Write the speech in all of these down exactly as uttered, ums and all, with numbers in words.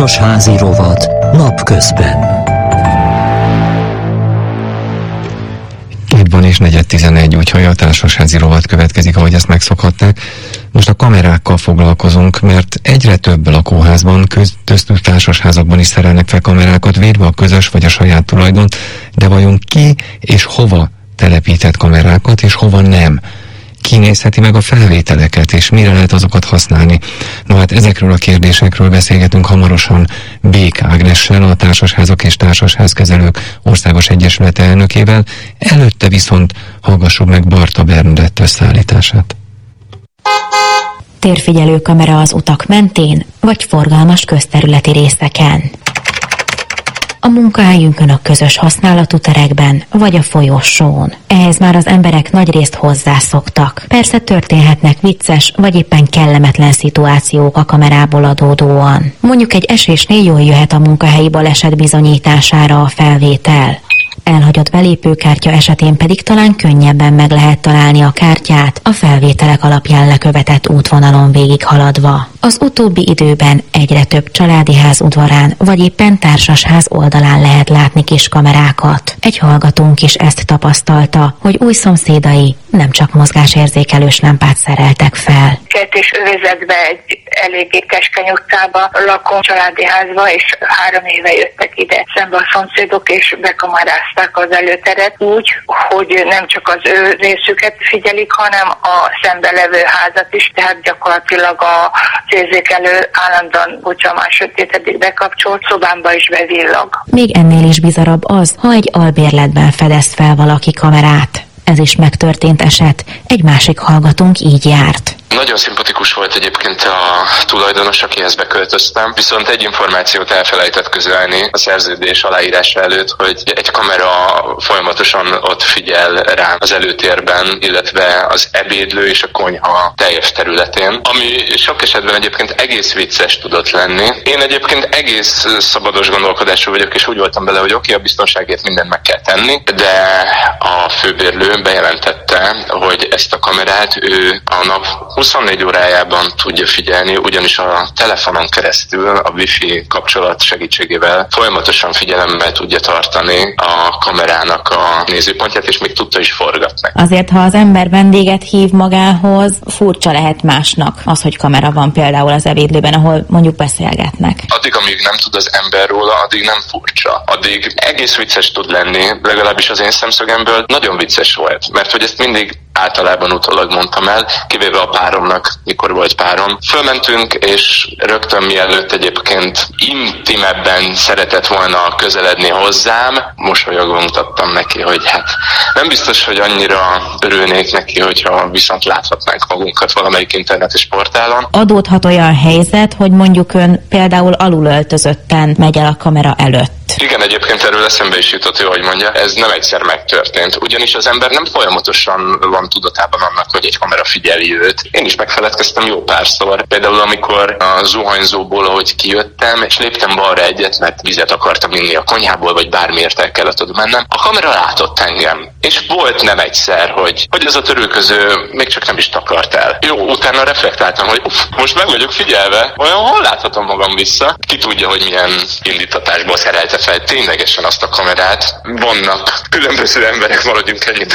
Társasházi rovat napközben. Itt van és negyed tizenegy, úgyhogy a társasházi rovat következik, ahogy ezt megszokhatták. Most a kamerákkal foglalkozunk, mert egyre több lakóházban, köztük társasházakban is szerelnek fel kamerákat, védve a közös vagy a saját tulajdont, de vajon ki és hova telepített kamerákat, és hova nem? Ki nézheti meg a felvételeket, és mire lehet azokat használni? No hát ezekről a kérdésekről beszélgetünk hamarosan Bék Ágnessel, a Társasházak és Társasházkezelők Országos Egyesülete elnökével. Előtte viszont hallgassuk meg Barta Bernadett összeállítását. Térfigyelő kamera az utak mentén, vagy forgalmas közterületi részeken. A munkahelyünkön, a közös használatú terekben, vagy a folyosón. Ehhez már az emberek nagyrészt hozzászoktak. Persze történhetnek vicces, vagy éppen kellemetlen szituációk a kamerából adódóan. Mondjuk egy esésnél jól jöhet a munkahelyi baleset bizonyítására a felvétel. Elhagyott belépőkártya esetén pedig talán könnyebben meg lehet találni a kártyát a felvételek alapján lekövetett útvonalon végighaladva. Az utóbbi időben egyre több családi ház udvarán vagy éppen társasház oldalán lehet látni kis kamerákat. Egy hallgatónk is ezt tapasztalta, hogy új szomszédai nem csak mozgásérzékelős lámpát szereltek fel. Kertés övezetbe egy eléggé keskeny utcába lakom családi házba, és három éve jöttek ide szembe a szomszédok, és bekamerázták az előteret úgy, hogy nem csak az ő részüket figyelik, hanem a szembe levő házat is, tehát gyakorlatilag a érzékelő állandóan, hogyha már sötétedik bekapcsolt, szobámba is bevillag. Még ennél is bizarabb az, ha egy albérletben fedez fel valaki kamerát. Ez is megtörtént eset, egy másik hallgatónk így járt. Nagyon szimpatikus volt egyébként a tulajdonos, akihez beköltöztem, viszont egy információt elfelejtett közölni a szerződés aláírása előtt, hogy egy kamera folyamatosan ott figyel rám az előtérben, illetve az ebédlő és a konyha teljes területén, ami sok esetben egyébként egész vicces tudott lenni. Én egyébként egész szabados gondolkodású vagyok, és úgy voltam bele, hogy oké, okay, a biztonságért mindent meg kell tenni, de a főbérlő bejelentette, hogy ezt a kamerát ő a nap huszonnégy órájában tudja figyelni, ugyanis a telefonon keresztül a wifi kapcsolat segítségével folyamatosan figyelemmel tudja tartani a kamerának a nézőpontját, és még tudta is forgatni. Azért, ha az ember vendéget hív magához, furcsa lehet másnak az, hogy kamera van például az ebédlőben, ahol mondjuk beszélgetnek. Addig, amíg nem tud az ember róla, addig nem furcsa. Addig egész vicces tud lenni, legalábbis az én szemszögemből nagyon vicces volt, mert hogy ezt mindig általában utólag mondtam el, kivéve a páromnak, mikor volt párom. Fölmentünk, és rögtön mielőtt egyébként intimebben szeretett volna közeledni hozzám, mosolyogva mutattam neki, hogy hát nem biztos, hogy annyira örülnék neki, hogyha viszont láthatnánk magunkat valamelyik internetes portálon. Adódhat olyan helyzet, hogy mondjuk ön például alulöltözötten megy el a kamera előtt. Igen, egyébként erről eszembe is jutott, ő, hogy mondja, ez nem egyszer megtörtént, ugyanis az ember nem folyamatosan van tudatában annak, hogy egy kamera figyeli őt. Én is megfeledkeztem jó párszor. Például amikor a zuhanyzóból, ahogy kijöttem, és léptem balra egyet, mert vizet akartam inni a konyhából, vagy bármiért el kellett oda mennem, a kamera látott engem. És volt nem egyszer, hogy, hogy ez a törülköző még csak nem is takart el. Jó, utána reflektáltam, hogy uff, most meg vagyok figyelve, olyan hol láthatom magam vissza? Ki tudja, hogy milyen indítatásból szerelte fel ténylegesen azt a kamerát. Vannak különböző emberek, maradjunk ennyiben.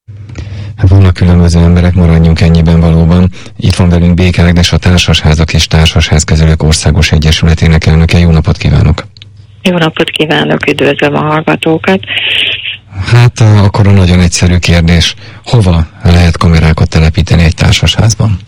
Hát vannak különböző emberek, maradjunk ennyiben valóban. Itt van velünk Bék Ágnes, a Társasházak és Társasházkezelők Országos Egyesületének elnöke. Jó napot kívánok! Jó napot kívánok, üdvözlöm a hallgatókat! Hát akkor a nagyon egyszerű kérdés, hova lehet kamerákat telepíteni egy társasházban?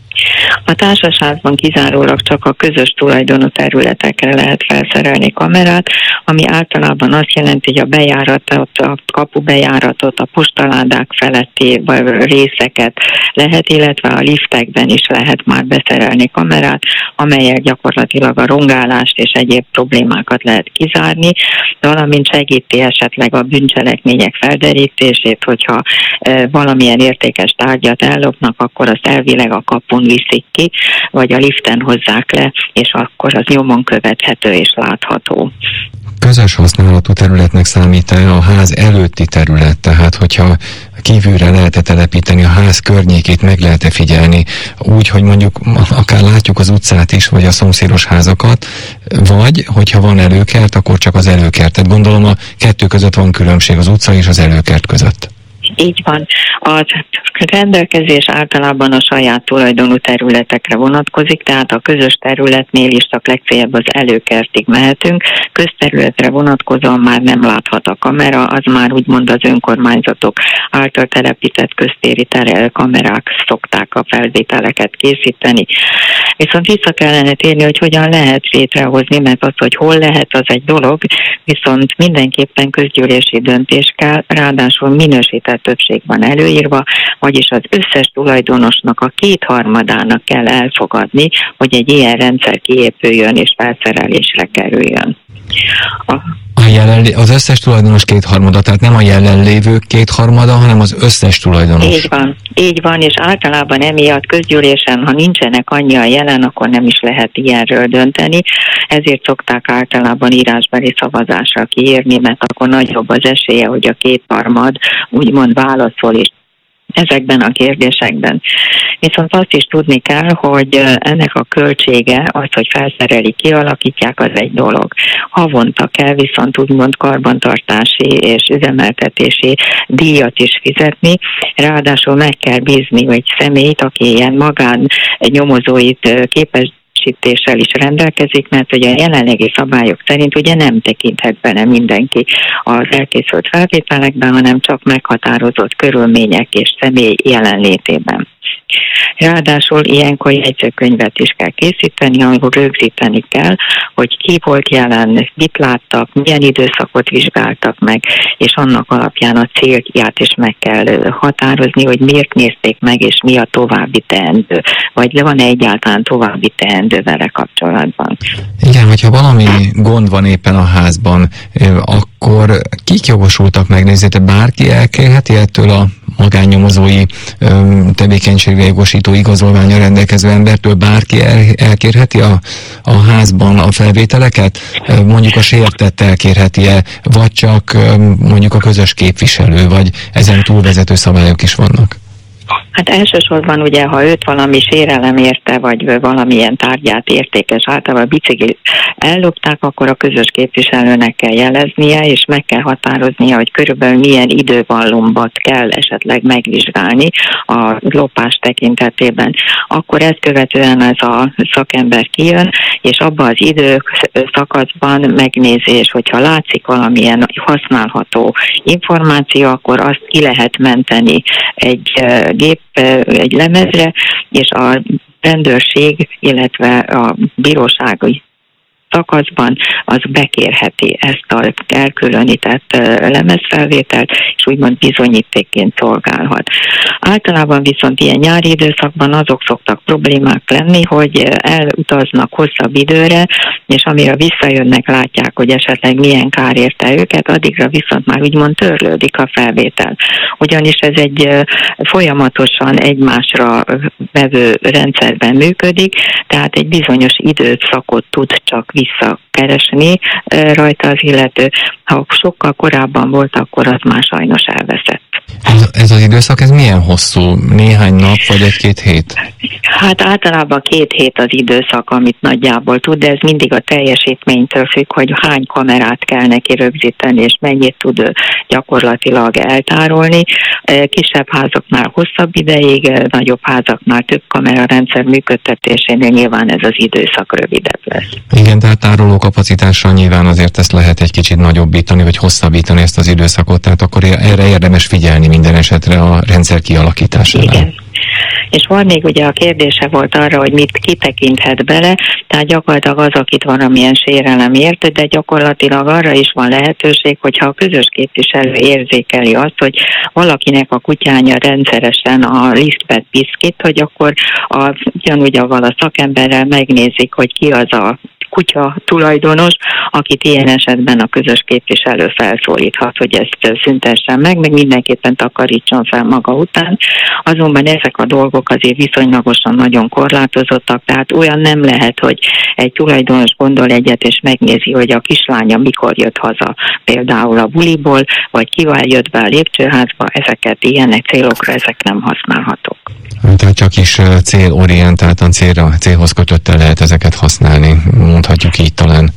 A társasházban kizárólag csak a közös tulajdonú területekre lehet felszerelni kamerát, ami általában azt jelenti, hogy a bejáratot, a kapubejáratot, a postaládák feletti részeket lehet, illetve a liftekben is lehet már beszerelni kamerát, amelyek gyakorlatilag a rongálást és egyéb problémákat lehet kizárni, valamint segíti esetleg a bűncselekmények felderítését, hogyha e, valamilyen értékes tárgyat ellopnak, akkor azt elvileg a kapun viszik ki, vagy a liften hozzák le, és akkor az nyomon követhető és látható. Közös használatú területnek számít-e a ház előtti terület? Tehát, hogyha kívülre lehet-e telepíteni, a ház környékét meg lehet-e figyelni, úgy, hogy mondjuk akár látjuk az utcát is, vagy a szomszédos házakat, vagy, hogyha van előkert, akkor csak az előkertet. Gondolom a kettő között van különbség, az utca és az előkert között. Így van. A rendelkezés általában a saját tulajdonú területekre vonatkozik, tehát a közös területnél is csak legfeljebb az előkertig mehetünk. Közterületre vonatkozóan már nem láthat a kamera, az már úgymond az önkormányzatok által telepített köztéri kamerák szokták a felvételeket készíteni. Viszont vissza kellene térni, hogy hogyan lehet létrehozni, mert az, hogy hol lehet, az egy dolog, viszont mindenképpen közgyűlési döntés kell, ráadásul minősített többség van előírva, vagyis az összes tulajdonosnak a kétharmadának kell elfogadni, hogy egy ilyen rendszer kiépüljön és felszerelésre kerüljön. A A jelenlé- az összes tulajdonos kétharmada, tehát nem a jelenlévők kétharmada, hanem az összes tulajdonos. Így van, így van, és általában emiatt közgyűlésen, ha nincsenek annyian jelen, akkor nem is lehet ilyenről dönteni, ezért szokták általában írásbeli szavazásra kiírni, mert akkor nagyobb az esélye, hogy a kétharmad úgymond válaszol is ezekben a kérdésekben. Viszont azt is tudni kell, hogy ennek a költsége, az, hogy felszerelik, kialakítják, az egy dolog. Havonta kell viszont úgymond karbantartási és üzemeltetési díjat is fizetni, ráadásul meg kell bízni egy személyt, aki ilyen magán nyomozóit képes is rendelkezik, mert ugye a jelenlegi szabályok szerint ugye nem tekinthet bele mindenki az elkészült felvételekben, hanem csak meghatározott körülmények és személy jelenlétében. Ráadásul ilyenkor jegyzőkönyvet is kell készíteni, amikor rögzíteni kell, hogy ki volt jelen, mit láttak, milyen időszakot vizsgáltak meg, és annak alapján a célját is meg kell határozni, hogy miért nézték meg, és mi a további teendő, vagy van-e egyáltalán további teendő vele kapcsolatban. Igen, hogyha valami gond van éppen a házban, akkor kik jogosultak megnézni? Tehát bárki elkérheti ettől a magánnyomozói tevékenységre jogosító igazolványa rendelkező embertől, bárki el, elkérheti a, a házban a felvételeket? Mondjuk a sértett elkérheti-e, vagy csak mondjuk a közös képviselő, vagy ezen túlvezető szabályok is vannak? Hát elsősorban ugye, ha őt valami sérelem érte, vagy valamilyen tárgyát értékes, általában a biciklit ellopták, akkor a közös képviselőnek kell jeleznie, és meg kell határoznia, hogy körülbelül milyen idővallombat kell esetleg megvizsgálni a lopás tekintetében. Akkor ezt követően ez a szakember kijön, és abban az időszakaszban megnézi, és hogyha látszik valamilyen használható információ, akkor azt ki lehet menteni egy gép, egy lemezre, és a rendőrség, illetve a bírósági szakaszban az bekérheti ezt a elkülönített lemezfelvételt, és úgymond bizonyítékként szolgálhat. Általában viszont ilyen nyári időszakban azok szoktak problémák lenni, hogy elutaznak hosszabb időre, és amire visszajönnek, látják, hogy esetleg milyen kár érte őket, addigra viszont már úgymond törlődik a felvétel. Ugyanis ez egy folyamatosan egymásra vevő rendszerben működik, tehát egy bizonyos időszakot tud csak visszakeresni rajta az illető. Ha sokkal korábban volt, akkor az már sajnos elveszett. Ez, ez az időszak, ez milyen hosszú? Néhány nap, vagy egy-két hét? Hát általában két hét az időszak, amit nagyjából tud, de ez mindig a teljesítménytől függ, hogy hány kamerát kell neki rögzíteni, és mennyit tud gyakorlatilag eltárolni. Kisebb házaknál hosszabb ideig, nagyobb házaknál több kamerarendszer működtetésénél nyilván ez az időszak rövidebb lesz. Igen, tehát tároló kapacitással nyilván azért ezt lehet egy kicsit nagyobbítani, vagy hosszabbítani ezt az időszakot, tehát akkor erre érdemes figyelni minden esetre a rendszer kialakításánál. Igen. És van még ugye a kérdése volt arra, hogy mit kitekinthet bele, tehát gyakorlatilag az, akit valamilyen sérelem ért, de gyakorlatilag arra is van lehetőség, hogyha a közös képviselő érzékeli azt, hogy valakinek a kutyánya rendszeresen a lisztben piszkít, hogy akkor a, ugyanúgy avval a szakemberrel megnézik, hogy ki az a kutya tulajdonos, akit ilyen esetben a közös képviselő felszólíthat, hogy ezt szüntessen meg, meg mindenképpen takarítson fel maga után. Azonban ezek a dolgok azért viszonylagosan nagyon korlátozottak, tehát olyan nem lehet, hogy egy tulajdonos gondol egyet, és megnézi, hogy a kislánya mikor jött haza, például a buliból, vagy kivel jött be a lépcsőházba, ezeket ilyenek célokra, ezek nem használhatók. Tehát csak is célorientáltan, célra, célhoz kötöttel lehet ezeket használni, mondhatjuk így talán.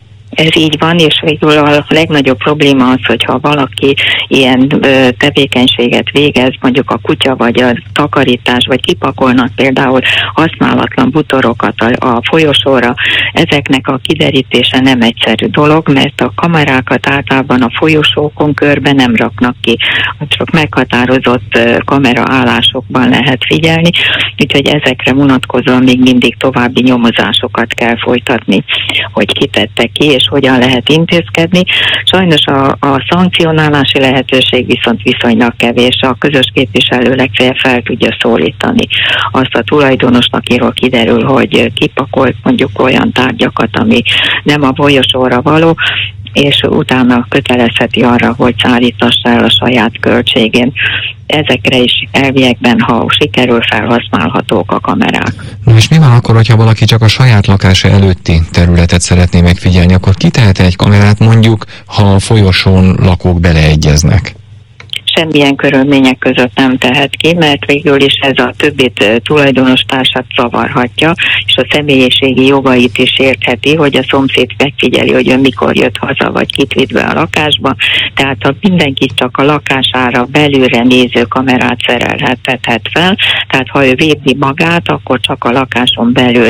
Ez így van, és végül a legnagyobb probléma az, hogyha valaki ilyen ö, tevékenységet végez, mondjuk a kutya vagy a takarítás, vagy kipakolnak például használatlan butorokat a, a folyosóra, ezeknek a kiderítése nem egyszerű dolog, mert a kamerákat általában a folyosókon körbe nem raknak ki, csak meghatározott ö, kameraállásokban lehet figyelni, úgyhogy ezekre vonatkozóan még mindig további nyomozásokat kell folytatni, hogy kitette ki, és hogyan lehet intézkedni. Sajnos a, a szankcionálási lehetőség viszont viszonylag kevés. A közös képviselő legfeljebb fel tudja szólítani azt a tulajdonosnak, akiről kiderül, hogy kipakolt mondjuk olyan tárgyakat, ami nem a folyosóra való, és utána kötelezheti arra, hogy szállítassa el a saját költségén. Ezekre is elviekben, ha sikerül, felhasználhatók a kamerák. Na és mi van akkor, hogyha valaki csak a saját lakása előtti területet szeretné megfigyelni, akkor ki tehet egy kamerát, mondjuk, ha a folyosón lakók beleegyeznek? Semmilyen körülmények között nem tehet ki, mert végül is ez a többi tulajdonos társat zavarhatja, és a személyiségi jogait is értheti, hogy a szomszéd megfigyeli, hogy ön mikor jött haza, vagy kit vitt be a lakásba. Tehát ha mindenki csak a lakására belülre néző kamerát szerelhetett fel, tehát ha ő védi magát, akkor csak a lakáson belül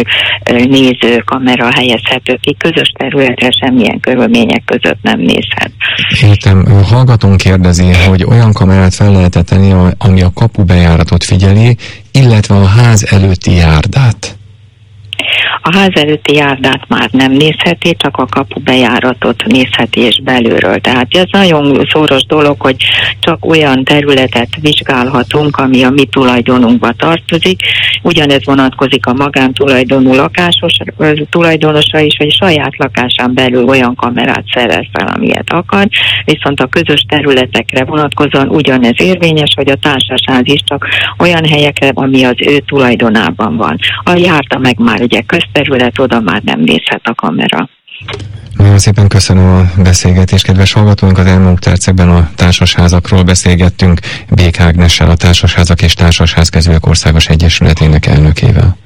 néző kamera helyezhető ki, közös területre semmilyen körülmények között nem nézhet. Értem, hallgatónk kérdezi, hogy olyan kamerát fel lehetett tenni, ami a kapubejáratot figyeli, illetve a ház előtti járdát. A ház előtti járdát már nem nézheti, csak a kapubejáratot nézheti és belülről. Tehát ez nagyon szoros dolog, hogy csak olyan területet vizsgálhatunk, ami a mi tulajdonunkba tartozik. Ugyanez vonatkozik a magántulajdonú lakásos tulajdonosra is, hogy saját lakásán belül olyan kamerát szerez fel, amilyet akar, viszont a közös területekre vonatkozóan ugyanez érvényes, hogy a társasház is csak olyan helyekre, ami az ő tulajdonában van. A járda meg már ugye közterület, oda már nem nézhet a kamera. Nagyon szépen köszönöm a beszélgetést, kedves hallgatóink, az elmúlt percekben a társasházakról beszélgettünk Bék Ágnessel, a Társasházak és Társasházkezők Országos Egyesületének elnökével.